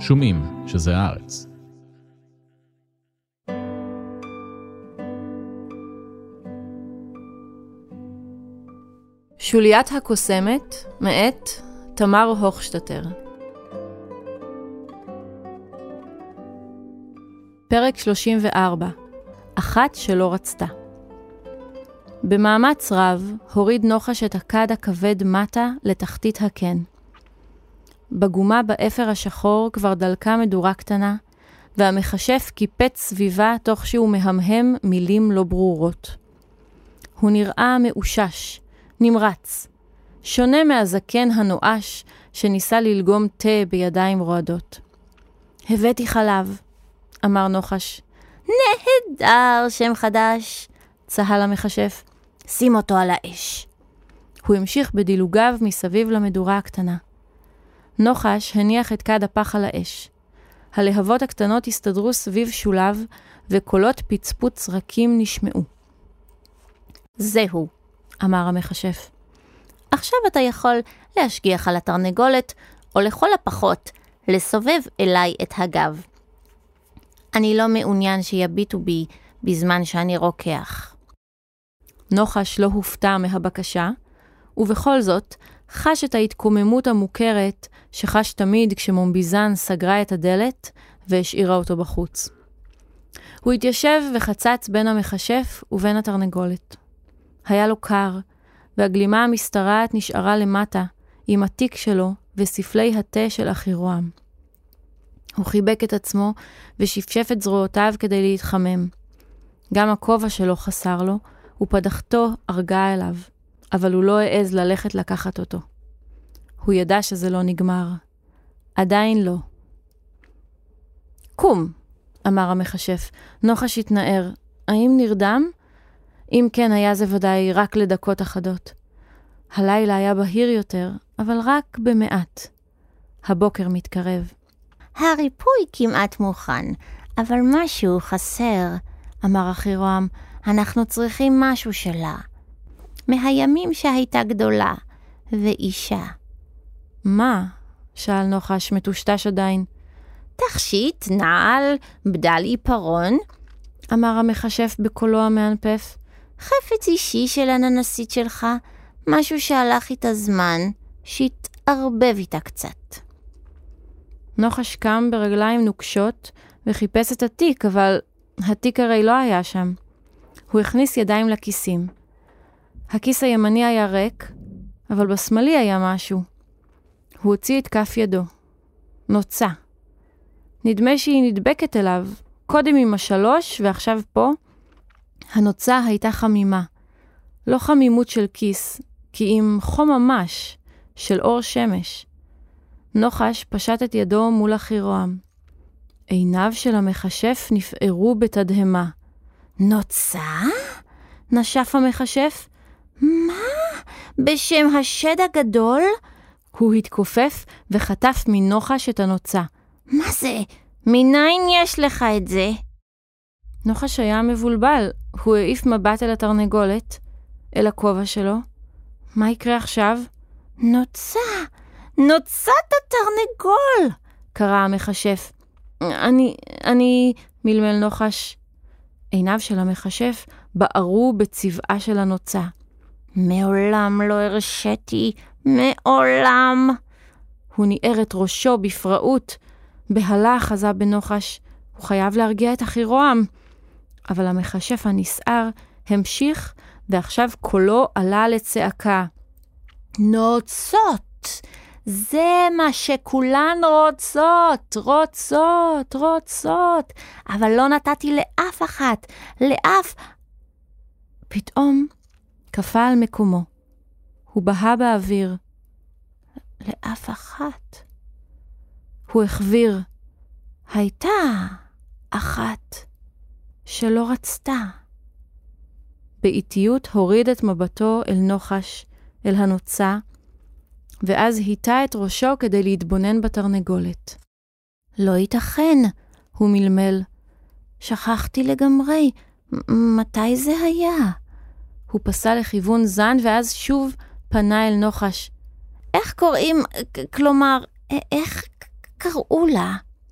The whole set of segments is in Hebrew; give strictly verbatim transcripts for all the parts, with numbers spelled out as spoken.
שומעים שזה הארץ. שוליית הקוסמת, מאת תמר הוכשטטר. פרק שלושים וארבע. אחת שלא רצתה. במאמץ רב הוריד נוחש את הכד הכבד מטה לתחתית הקן. בגומה באפר השחור כבר דלקה מדורה קטנה, והמחשף קיפץ סביבה תוך שהוא מהמהם מילים לא ברורות. הוא נראה מאושש, נמרץ, שונה מהזקן הנואש שניסה ללגום תה בידיים רועדות. הבאתי חלב, אמר נוחש. נהדר, שם חדש, צהל המחשף. שים אותו על האש. הוא המשיך בדילוגיו מסביב למדורה הקטנה. נוחש הניח את כד הפח על האש. הלהבות הקטנות הסתדרו סביב שולב, וקולות פצפוץ רכים נשמעו. זהו, אמר המחשף. עכשיו אתה יכול להשגיח על התרנגולת, או לכל הפחות לסובב אליי את הגב. אני לא מעוניין שיביטו בי בזמן שאני רוקח. נוחש לא הופתע מהבקשה, ובכל זאת חש את ההתקוממות המוכרת שחש תמיד כשמומביזן סגרה את הדלת והשאירה אותו בחוץ. הוא התיישב וחצץ בין המחשף ובין התרנגולת. היה לו קר, והגלימה המשתרעת נשארה למטה עם התיק שלו וספלי התה של אחירועם. הוא חיבק את עצמו ושפשף את זרועותיו כדי להתחמם. גם הכובע שלו חסר לו, ופדחתו ארגה אליו, אבל הוא לא העז ללכת לקחת אותו. הוא ידע שזה לא נגמר. עדיין לא. קום, אמר המחשף. נוחש התנער. האם נרדם? אם כן, היה זה ודאי רק לדקות אחדות. הלילה היה בהיר יותר, אבל רק במעט. הבוקר מתקרב. הריפוי כמעט מוכן, אבל משהו חסר, אמר אחירועם. אנחנו צריכים משהו שלה. מהימים שהייתה גדולה, ואישה. מה? שאל נוחש מטושטש עדיין. תכשיט, נעל, בדל עיפרון, אמר המחשף בקולו המענפף. חפץ אישי של הננסית שלך, משהו שהלך איתה זמן, שהתערבב איתה קצת. נוחש קם ברגליים נוקשות וחיפש את התיק, אבל התיק הרי לא היה שם. הוא הכניס ידיים לכיסים. הכיס הימני היה ריק, אבל בשמאלי היה משהו. הוא הוציא את כף ידו. נוצה. נדמה שהיא נדבקת אליו, קודם עם השלוש ועכשיו פה. הנוצה הייתה חמימה. לא חמימות של כיס, כי עם חום ממש, של אור שמש. נוחש פשט את ידו מול אחירועם. עיניו של המחשף נפערו בתדהמה. נוצה? נשף המחשף. מה? בשם השד הגדול? הוא התכופף וחטף מנוחש את הנוצה. מה זה? מניין יש לך את זה? נוחש היה מבולבל. הוא העיף מבט אל התרנגולת, אל הכובע שלו. מה יקרה עכשיו? נוצה! נוצת התרנגול! קרא המחשף. אני, אני, מלמל נוחש. עיניו של המחשף בערו בצבעה של הנוצה. מעולם לא הרשיתי, מעולם. הוא ניער את ראשו בפראות. בהלה חזה בנוחש. הוא חייב להרגיע את אחירועם. אבל המחשף הנסער המשיך, ועכשיו קולו עלה לצעקה. נוצות! זה מה שכולן רוצות, רוצות, רוצות. אבל לא נתתי לאף אחת, לאף... פתאום קפא על מקומו. הוא בהה באוויר. לאף אחת. הוא החביר. הייתה אחת שלא רצתה. באיטיות הוריד את מבטו אל נוחש, אל הנוצה, ואז היטה את ראשו כדי להתבונן בתרנגולת. לא ייתכן, הוא מלמל. שכחתי לגמרי, מתי זה היה? הוא פסע לכיוון זן ואז שוב פנה אל נוחש. איך קוראים, כלומר, איך קראו לה?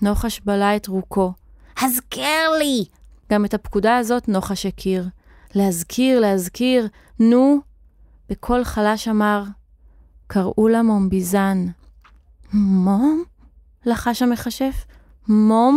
נוחש בלה את רוקו. הזכר לי! גם את הפקודה הזאת נוחש הכיר. להזכיר, להזכיר, נו. בקול חלש אמר, קראו לה מומביזן. מום? לחש המכשף. מומב?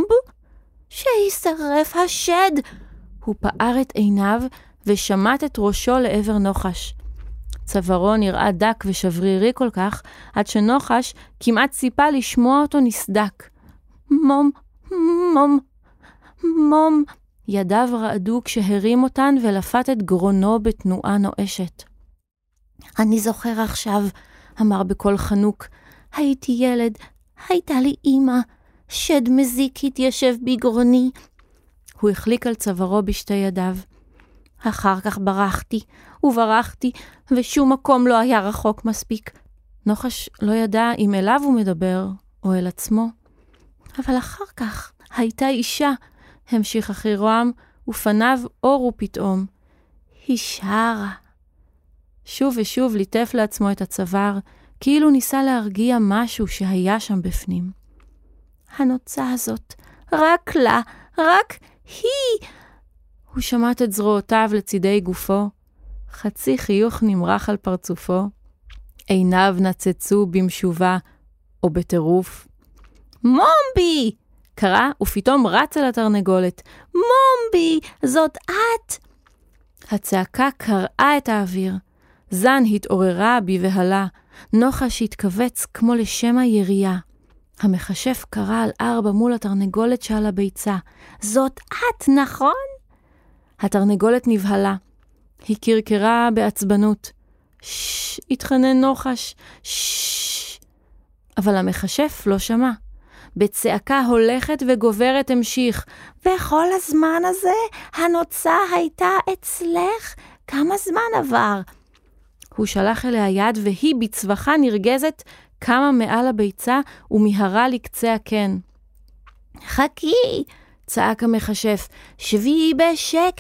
שישרף השד! הוא פער את עיניו ושמט את ראשו לעבר נוחש. צווארו נראה דק ושברירי כל כך, עד שנוחש כמעט ציפה לשמוע אותו נסדק. מום, מום, מום. ידיו רעדו כשהרים אותן ולפת את גרונו בתנועה נואשת. אני זוכר עכשיו, אמר בקול חנוק, הייתי ילד, הייתה לי אמא, שד מזיק התיישב בגרוני. הוא החליק על צווארו בשתי ידיו. אחר כך ברחתי, וברחתי, ושום מקום לא היה רחוק מספיק. נוחש לא ידע אם אליו הוא מדבר, או אל עצמו. אבל אחר כך הייתה אישה, המשיך אחירועם, ופניו אורו פתאום. היא שרה. שוב ושוב ליטף לעצמו את הצוואר, כאילו ניסה להרגיע משהו שהיה שם בפנים. הנוצה הזאת, רק לה, רק היא. הוא שמט את זרועותיו לצידי גופו, חצי חיוך נמרח על פרצופו, עיניו נצצו במשובה או בטירוף. מומבי! קרא ופתאום רץ אל התרנגולת. מומבי, זאת את! הצעקה קרעה את האוויר. זן התעוררה בבהלה. נוחש התכווץ כמו לשם הירייה. המכשף קרא על ארבע מול התרנגולת שעל הביצה. זאת את, נכון? התרנגולת נבהלה. היא קרקרה בעצבנות. ששש, התחנן נוחש. ששש. אבל המכשף לא שמע. בצעקה הולכת וגוברת המשיך. וכל הזמן הזה הנוצה הייתה אצלך? כמה זמן עבר? הוא שלח אליה יד והיא בצווחה נרגזת קמה מעל הביצה ומהרה לקצה הקן. חכי! צעק המכשף. שבי בשקט!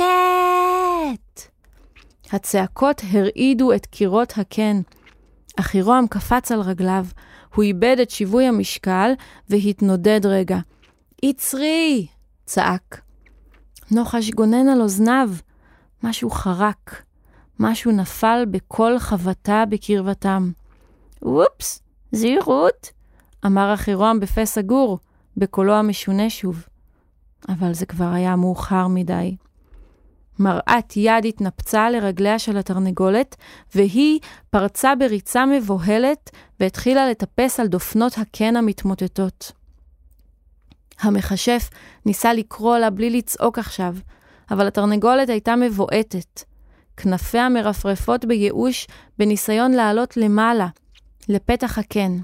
הצעקות הרעידו את קירות הקן. אחירועם קפץ על רגליו. הוא איבד את שיווי המשקל והתנודד רגע. יצרי! צעק. נוחש גונן על אוזניו. משהו חרק. משהו נפל בכל חבטה בקרבתם. אופס, זהירות! אמר אחירועם בפה סגור, בקולו המשונה שוב. אבל זה כבר היה מאוחר מדי. מראת יד התנפצה לרגליה של התרנגולת, והיא פרצה בריצה מבוהלת והתחילה לטפס על דופנות הקן המתמוטטות. המכשף ניסה לקרוא לה בלי לצעוק עכשיו, אבל התרנגולת הייתה מבועטת. כנפיה מרפרפות בייאוש בניסיון לעלות למעלה, לפתח הקן.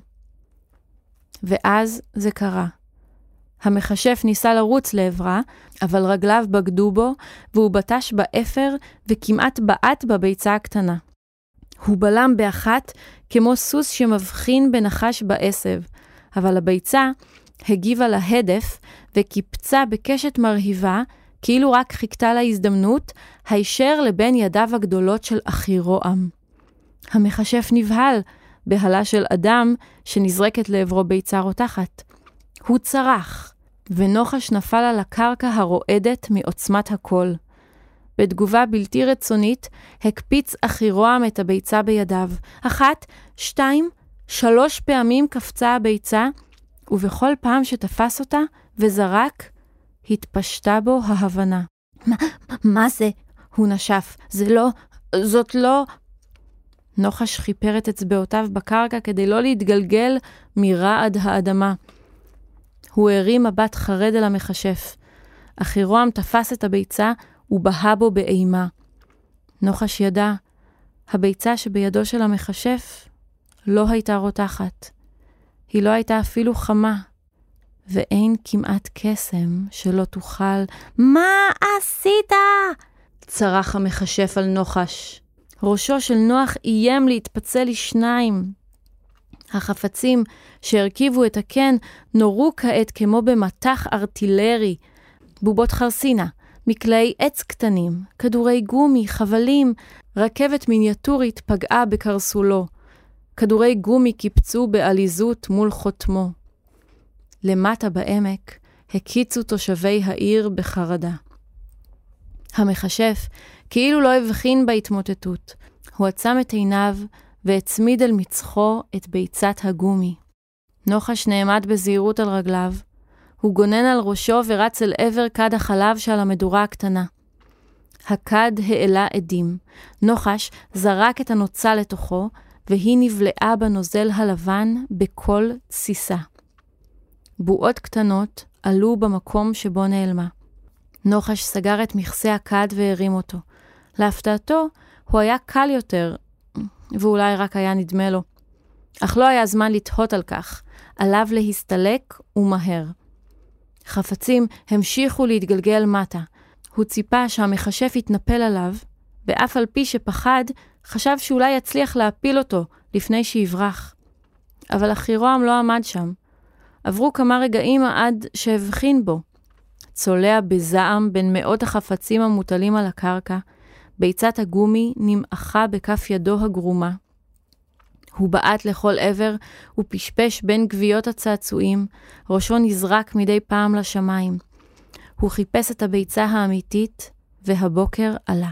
ואז זה קרה. המכשף ניסה לרוץ לעברה, אבל רגליו בגדו בו, והוא בטש באפר וכמעט בעט בביצה הקטנה. הוא בלם באחת כמו סוס שמבחין בנחש בעשב, אבל הביצה הגיבה להדף וקיפצה בקשת מרהיבה, כאילו רק חיכתה להזדמנות, הישר לבין ידיו הגדולות של אחירועם. המכשף נבהל, בהלה של אדם שנזרקת לעברו ביצה רותחת. הוא צרח, ונוחש נפל על הקרקע הרועדת מעוצמת הקול. בתגובה בלתי רצונית, הקפיץ אחירועם את הביצה בידיו. אחת, שתיים, שלוש פעמים קפצה הביצה, ובכל פעם שתפס אותה וזרק, התפשטה בו ההבנה. מה, מה זה? הוא נשף. זה לא, זאת לא... נוחש חיפר את אצבעותיו בקרקע כדי לא להתגלגל מרעד האדמה. הוא הרים מבט חרד אל המכשף. אחירועם תפס את הביצה ובהה בו באימה. נוחש ידע, הביצה שבידו של המכשף לא הייתה רותחת. היא לא הייתה אפילו חמה. ואין כמעט קסם שלא תוכל. מה עשית? צרח המכשף על נוחש. ראשו של נוח איים להתפצל לשניים. החפצים שהרכיבו את הקן נורו כעת כמו במתח ארטילרי. בובות חרסינה, מקלעי עץ קטנים, כדורי גומי, חבלים, רכבת מיניאטורית פגעה בקרסולו. כדורי גומי קיפצו בעליזות מול חותמו. למטה בעמק, הקיצו תושבי העיר בחרדה. המכשף כאילו לא הבחין בהתמוטטות. הוא עצם את עיניו והצמיד אל מצחו את ביצת הגומי. נחש נעמד בזהירות על רגליו. הוא גונן על ראשו ורץ אל עבר כד החלב שעל המדורה הקטנה. הכד העלה עדים. נחש זרק את הנוצה לתוכו, והיא נבלעה בנוזל הלבן בכל תסיסה. בועות קטנות עלו במקום שבו נעלמה. נחש סגר את מכסה הכד והרים אותו. להפתעתו, הוא היה קל יותר, ואולי רק היה נדמה לו. אך לא היה זמן לתהות על כך, עליו להסתלק ומהר. חפצים המשיכו להתגלגל מטה. הוא ציפה שהמכשף יתנפל עליו, ואף על פי שפחד, חשב שאולי יצליח להפיל אותו לפני שיברח. אבל אחירועם לא עמד שם. עברו כמה רגעים עד שהבחין בו. צולע בזעם בין מאות החפצים המוטלים על הקרקע, ביצת הגומי נמעכה בכף ידו הגרומה. הוא בעט לכל עבר ופשפש בין גוויות הצעצועים, ראשו נזרק מדי פעם לשמיים. הוא חיפש את הביצה האמיתית, והבוקר עלה.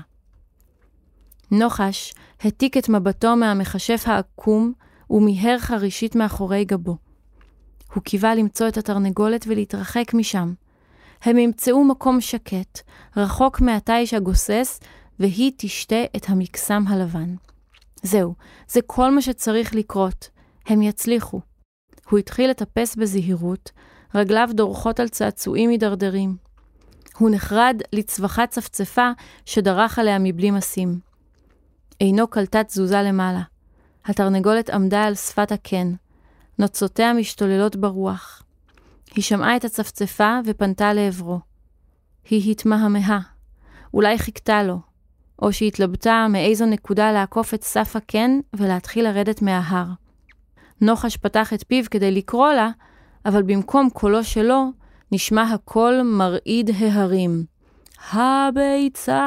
נחש התיק את מבטו מהמכשף העקום, ומיהר חרישית מאחורי גבו. הוא קיווה למצוא את התרנגולת ולהתרחק משם. הם ימצאו מקום שקט, רחוק מהתיש הגוסס, והיא תשתה את המקסם הלבן. זהו, זה כל מה שצריך לקרות. הם יצליחו. הוא התחיל לטפס בזהירות, רגליו דורכות על צעצועים מדרדרים. הוא נחרד לצווחת צפצפה שדרך עליה מבלי משים. אינו קלטת תזוזה למעלה. התרנגולת עמדה על שפת הקן. נוצותיה משתוללות ברוח. היא שמעה את הצפצפה ופנתה לעברו. היא התמהמהה. אולי חיכתה לו. או שהתלבטה מאיזו נקודה לעקוף את סף הקן ולהתחיל לרדת מההר. נחש פתח את פיו כדי לקרוא לה, אבל במקום קולו שלו, נשמע הקול מרעיד ההרים. הביצה!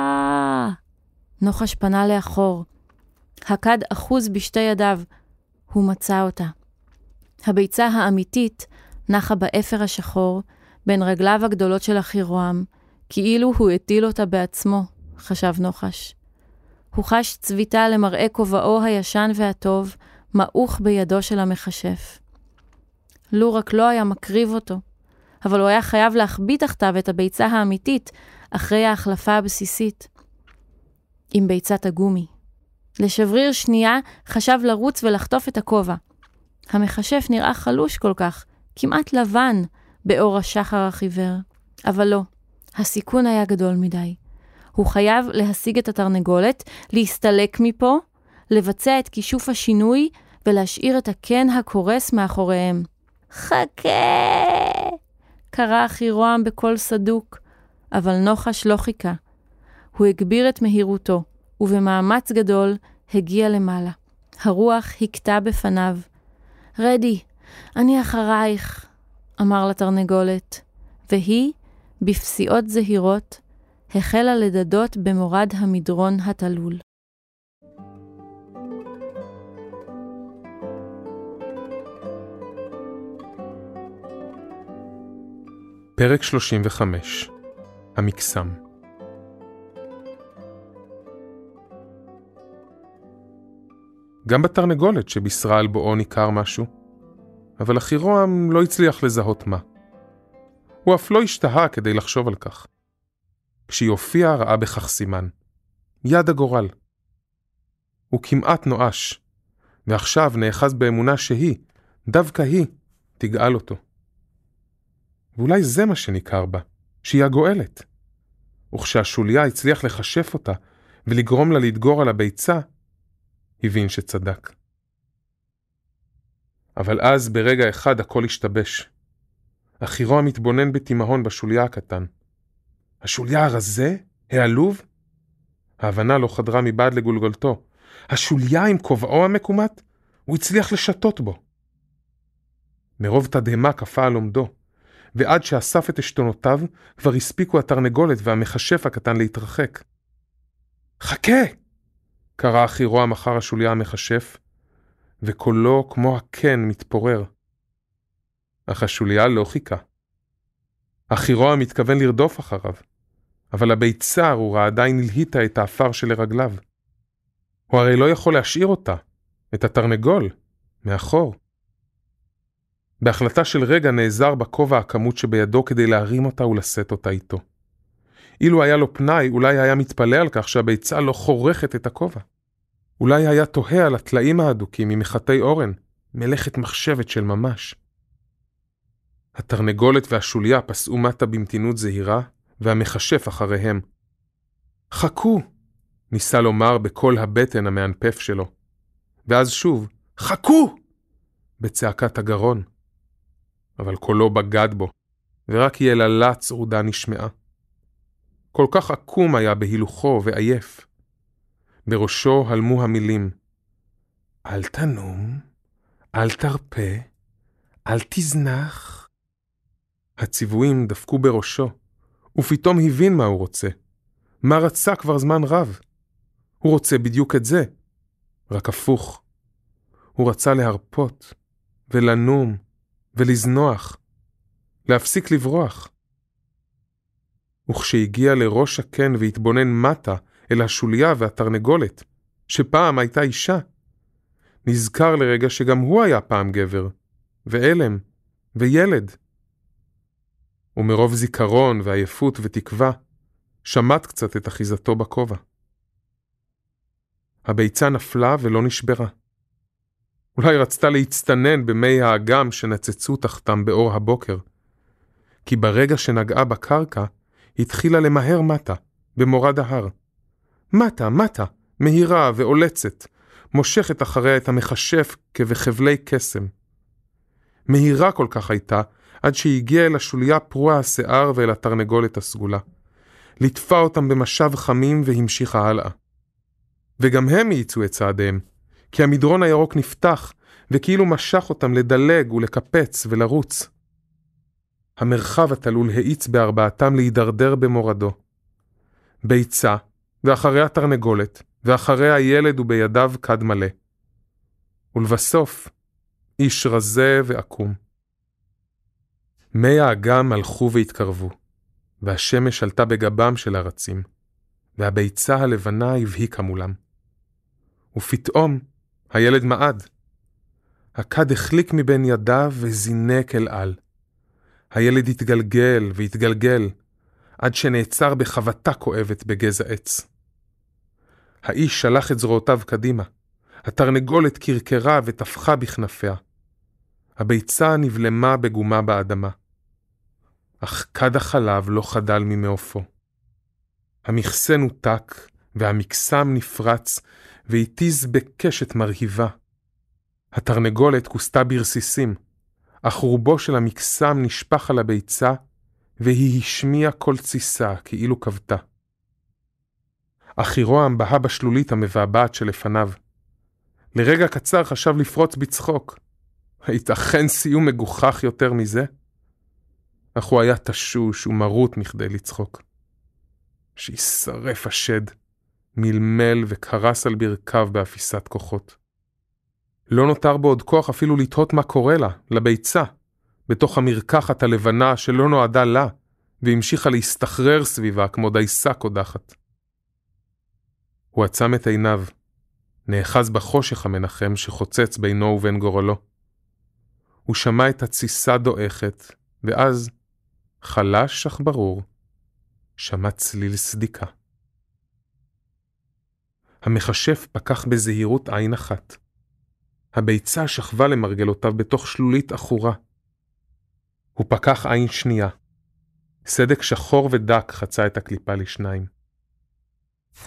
נחש פנה לאחור. הכד אחוז בשתי ידיו. הוא מצא אותה. הביצה האמיתית נחה באפר השחור, בין רגליו הגדולות של אחירועם, כאילו הוא הטיל אותה בעצמו, חשב נחש. הוא חש צביטה למראה כובעו הישן והטוב, מעוך בידו של המכשף. לו רק לא היה מקריב אותו, אבל הוא היה חייב להחביא תחתיו את הביצה האמיתית, אחרי ההחלפה הבסיסית. עם ביצת הגומי. לשבריר שנייה חשב לרוץ ולחטוף את הכובע. המכשף נראה חלוש כל כך, כמעט לבן, באור השחר החיוור. אבל לא, הסיכון היה גדול מדי. הוא חייב להשיג את התרנגולת, להסתלק מפה, לבצע את כישוף השינוי, ולהשאיר את הקן הקורס מאחוריהם. חכה! קרא אחירועם בקול סדוק, אבל נחש לא חיכה. הוא הגביר את מהירותו, ובמאמץ גדול הגיע למעלה. הרוח הכתה בפניו. רדי, אני אחרייך, אמר לתרנגולת, והיא, בפסיעות זהירות, החלה לדדות במורד המדרון התלול. פרק שלושים וחמש. המקסם. גם בתרנגולת שבישרה על בואו ניכר משהו, אבל אחירועם לא הצליח לזהות מה. הוא אף לא השתהה כדי לחשוב על כך. כשהיא הופיעה ראה בכך סימן. יד הגורל. הוא כמעט נואש, ועכשיו נאחז באמונה שהיא, דווקא היא, תגאל אותו. ואולי זה מה שניכר בה, שהיא הגואלת. וכשהשוליה הצליח לחשף אותה ולגרום לה לדגור על הביצה, הבין שצדק. אבל אז ברגע אחד הכל השתבש. אחירועם מתבונן בתימהון בשוליה הקטן. השוליה הרזה? העלוב? ההבנה לא חדרה מבעד לגולגולתו. השוליה עם כובעו המקומט? הוא הצליח לשתות בו. מרוב תדהמה קפה על עומדו, ועד שאסף את אשתונותיו, כבר הספיקו התרנגולת והמכשף הקטן להתרחק. חכה! קרא אחירועם אחר השוליה המכשף, וקולו כמו הקן מתפורר. אך השוליה לא חיכה. החירוע מתכוון לרדוף אחריו, אבל הביצר הוא ראה עדיין הלהיטה את האפר שלרגליו. הוא הרי לא יכול להשאיר אותה, את התרנגול, מאחור. בהחלטה של רגע נעזר בכובע הכמות שבידו כדי להרים אותה ולשאת אותה איתו. אילו היה לו פנאי, אולי היה מתפלא על כך שהביצה לא חורכת את הכובע. אולי היה תוהה על התלאים האדוקים ממחתי אורן, מלאכת מחשבת של ממש. התרנגולת והשוליה פסעו מטה במתינות זהירה, והמחשף אחריהם. חכו! ניסה לומר בכל הבטן המענפף שלו. ואז שוב, חכו! בצעקת הגרון. אבל קולו בגד בו, ורק יללה צרודה נשמעה. כל כך עקום היה בהילוכו ועייף. בראשו הלמו המילים, אל תנום, אל תרפה, אל תזנח. הציוויים דפקו בראשו, ופתאום הבין מה הוא רוצה. מה רצה כבר זמן רב? הוא רוצה בדיוק את זה, רק הפוך. הוא רצה להרפות, ולנום, ולזנוח, להפסיק לברוח. וכשהגיע לראש הקן והתבונן מטה אל השוליה והתרנגולת, שפעם הייתה אישה, נזכר לרגע שגם הוא היה פעם גבר, ואלם, וילד. ומרוב זיכרון ועייפות ותקווה, שמט קצת את אחיזתו בכובע. הביצה נפלה ולא נשברה. אולי רצתה להצטנן במי האגם שנצצו תחתם באור הבוקר, כי ברגע שנגעה בקרקע, התחילה למהר מטה, במורד ההר. מטה, מטה, מהירה ועולצת, מושכת אחריה את המחשף כבחבלי קסם. מהירה כל כך הייתה, עד שהגיעה אל השוליה פרוע השיער ואל התרנגולת הסגולה. לטפה אותם במשב חמים והמשיכה הלאה. וגם הם ייצאו את צעדיהם, כי המדרון הירוק נפתח, וכאילו משך אותם לדלג ולקפץ ולרוץ. המרחב התלול האיץ בארבעתם להידרדר במורדו. ביצה, ואחריה תרנגולת, ואחריה ילד ובידיו כד מלא. ולבסוף, איש רזה ועקום. מי האגם הלכו והתקרבו, והשמש עלתה בגבם של הרצים, והביצה הלבנה הבהיקה מולם. ופתאום הילד מעד. הכד החליק מבין ידיו וזינק אל על. הילד התגלגל והתגלגל, עד שנעצר בחבטה כואבת בגזע עץ. האיש שלח את זרועותיו קדימה. התרנגולת קרקרה ותפחה בכנפיה. הביצה נבלמה בגומה באדמה. אך כד החלב לא חדל ממעופו. המכסה נותק והמקסם נפרץ והתיז בקשת מרהיבה. התרנגולת כוסתה ברסיסים, אך רובו של המקסם נשפח על הביצה, והיא השמיעה כל ציסה כאילו כבתה. החירועם בהה בשלולית המבעבעת שלפניו. לרגע קצר חשב לפרוץ בצחוק. הייתכן סיום מגוחך יותר מזה? אך הוא היה תשוש ומרות מכדי לצחוק. שישרף השד, מלמל וקרס על ברכיו באפיסת כוחות. לא נותר בו עוד כוח אפילו לתהות מה קורה לה, לביצה, בתוך המרקחת הלבנה שלא נועדה לה, והמשיכה להסתחרר סביבה כמו דייסה קודחת. הוא עצם את עיניו, נאחז בחושך המנחם שחוצץ בינו ובין גורלו. הוא שמע את הציסה דועכת, ואז, חלש אך ברור, שמע צליל סדיקה. המחשף פקח בזהירות עין אחת. הביצה שכבה למרגלותיו בתוך שלולית אחורה. הוא פקח עין שנייה. סדק שחור ודק חצה את הקליפה לשניים. פר.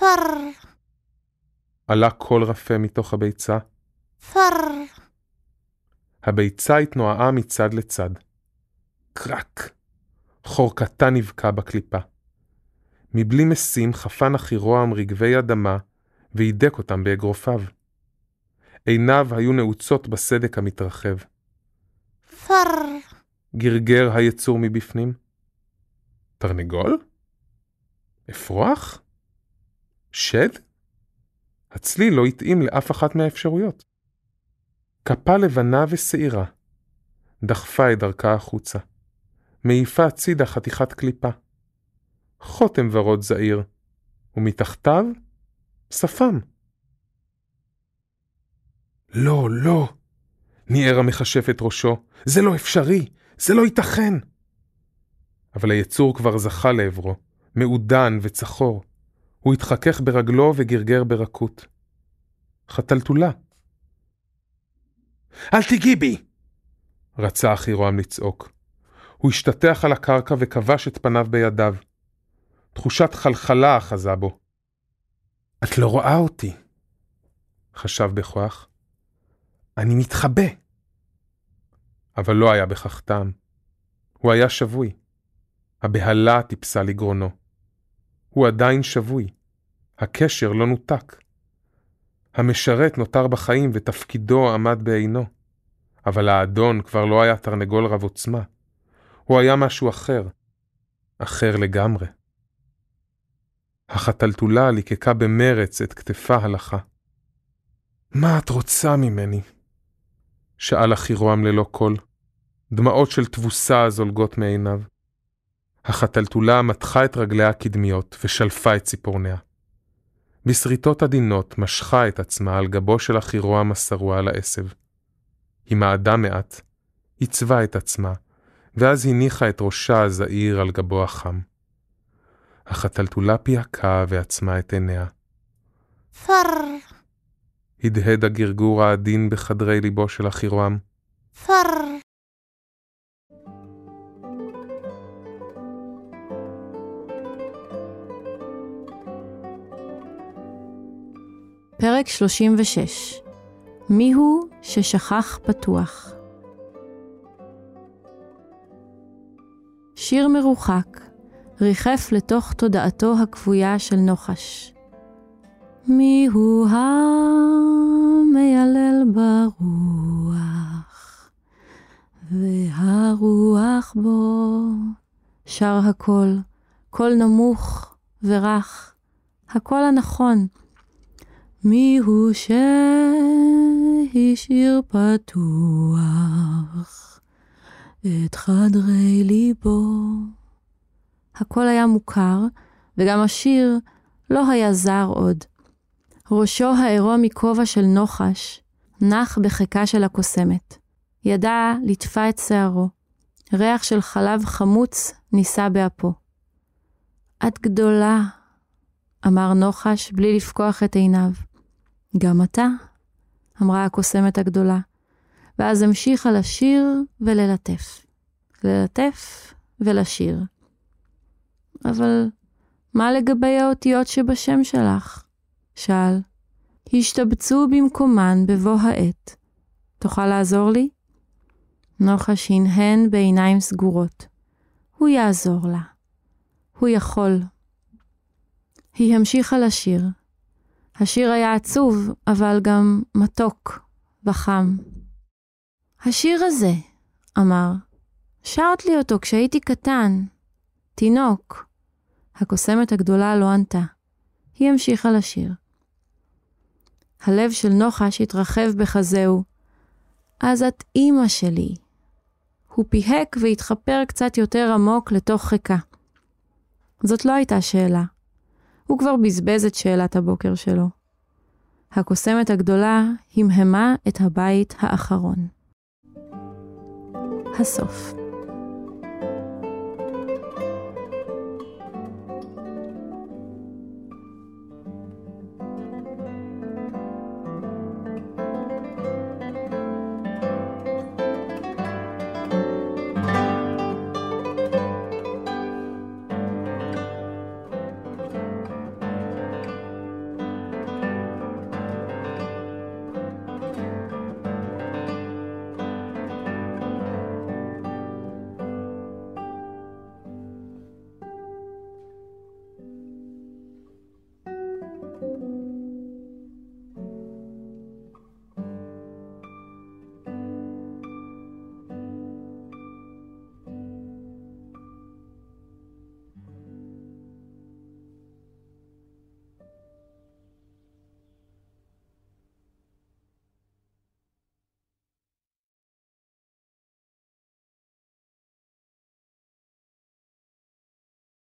עלה קול רפה מתוך הביצה. פר. הביצה התנועה מצד לצד. קרק. חור קטן נבקע בקליפה. מבלי משים חפן החירועם רגבי אדמה והידק אותם באגרופיו. עיניו היו נעוצות בסדק המתרחב. פר. גרגר היצור מבפנים. תרנגול? אפרוח? שד? הצליל לא התאים לאף אחת מהאפשרויות. כפה לבנה ושעירה. דחפה את דרכה החוצה. מעיפה הצידה חתיכת קליפה. חותם ורוד זעיר, ומתחתיו שפם. לא, לא, ניער המכשף את ראשו, זה לא אפשרי, זה לא ייתכן. אבל היצור כבר זכה לעברו, מעודן וצחור. הוא התחכך ברגלו וגרגר ברכות. חתלתולה. אל תיגעי בי! רצה אחירועם לצעוק. הוא השתטח על הקרקע וכבש את פניו בידיו. תחושת חלחלה אחזה בו. את לא רואה אותי, חשב בכוח. אני מתחבא. אבל לא היה בכך טעם. הוא היה שבוי. הבהלה טיפסה לגרונו. הוא עדיין שבוי. הקשר לא נותק. המשרת נותר בחיים ותפקידו עמד בעינו. אבל האדון כבר לא היה תרנגול רב עוצמה. הוא היה משהו אחר. אחר לגמרי. החתלתולה ליקקה במרץ את כתפה הלכה. מה את רוצה ממני? שאל אחירועם ללא קול. דמעות של תבוסה זולגות מעיניו. החתלתולה מתחה את רגליה הקדמיות ושלפה את ציפורניה. בסריטות עדינות משכה את עצמה על גבו של אחירועם השרוע על העשב. היא מעדה מעט, עיצבה את עצמה, ואז הניחה את ראשה הזעיר על גבו החם. החתלתולה פייקה ועצמה את עיניה. פר! הדהד הגרגור העדין בחדרי ליבו של אחירועם. פר! פרק שלושים ושש. מיהו ששכח פתוח? שיר מרוחק ריחף לתוך תודעתו הכבויה של נוחש. מיהו המיילל ברוח, והרוח בו. שר הקול, קול נמוך ורך, הקול הנכון. מיהו שהשאיר פתוח את חדרי ליבו. הקול היה מוכר, וגם השיר לא היה זר עוד. ראשו העירום מכובע של נוחש נח בחיקה של הקוסמת. ידה לטפה את שערו. ריח של חלב חמוץ ניסה באפו. את גדולה, אמר נוחש בלי לפקוח את עיניו. גם אתה, אמרה הקוסמת הגדולה, ואז המשיכה לשיר וללטף. ללטף ולשיר. אבל מה לגבי האותיות שבשם שלך? שאל. השתבצו במקומן בבוא העת. תוכל לעזור לי? נוחש הנהן בעיניים סגורות. הוא יעזור לה. הוא יכול. היא המשיכה לשיר. השיר היה עצוב, אבל גם מתוק וחם. השיר הזה, אמר, שרת לי אותו כשהייתי קטן. תינוק. הקוסמת הגדולה לא ענתה. היא המשיכה לשיר. הלב של נוחש התרחב בחזהו. אז את אמא שלי. הוא פיהק והתחפר קצת יותר עמוק לתוך חיקה. זאת לא הייתה שאלה. הוא כבר בזבז את שאלת הבוקר שלו. הקוסמת הגדולה המהמה את הבית האחרון. הסוף.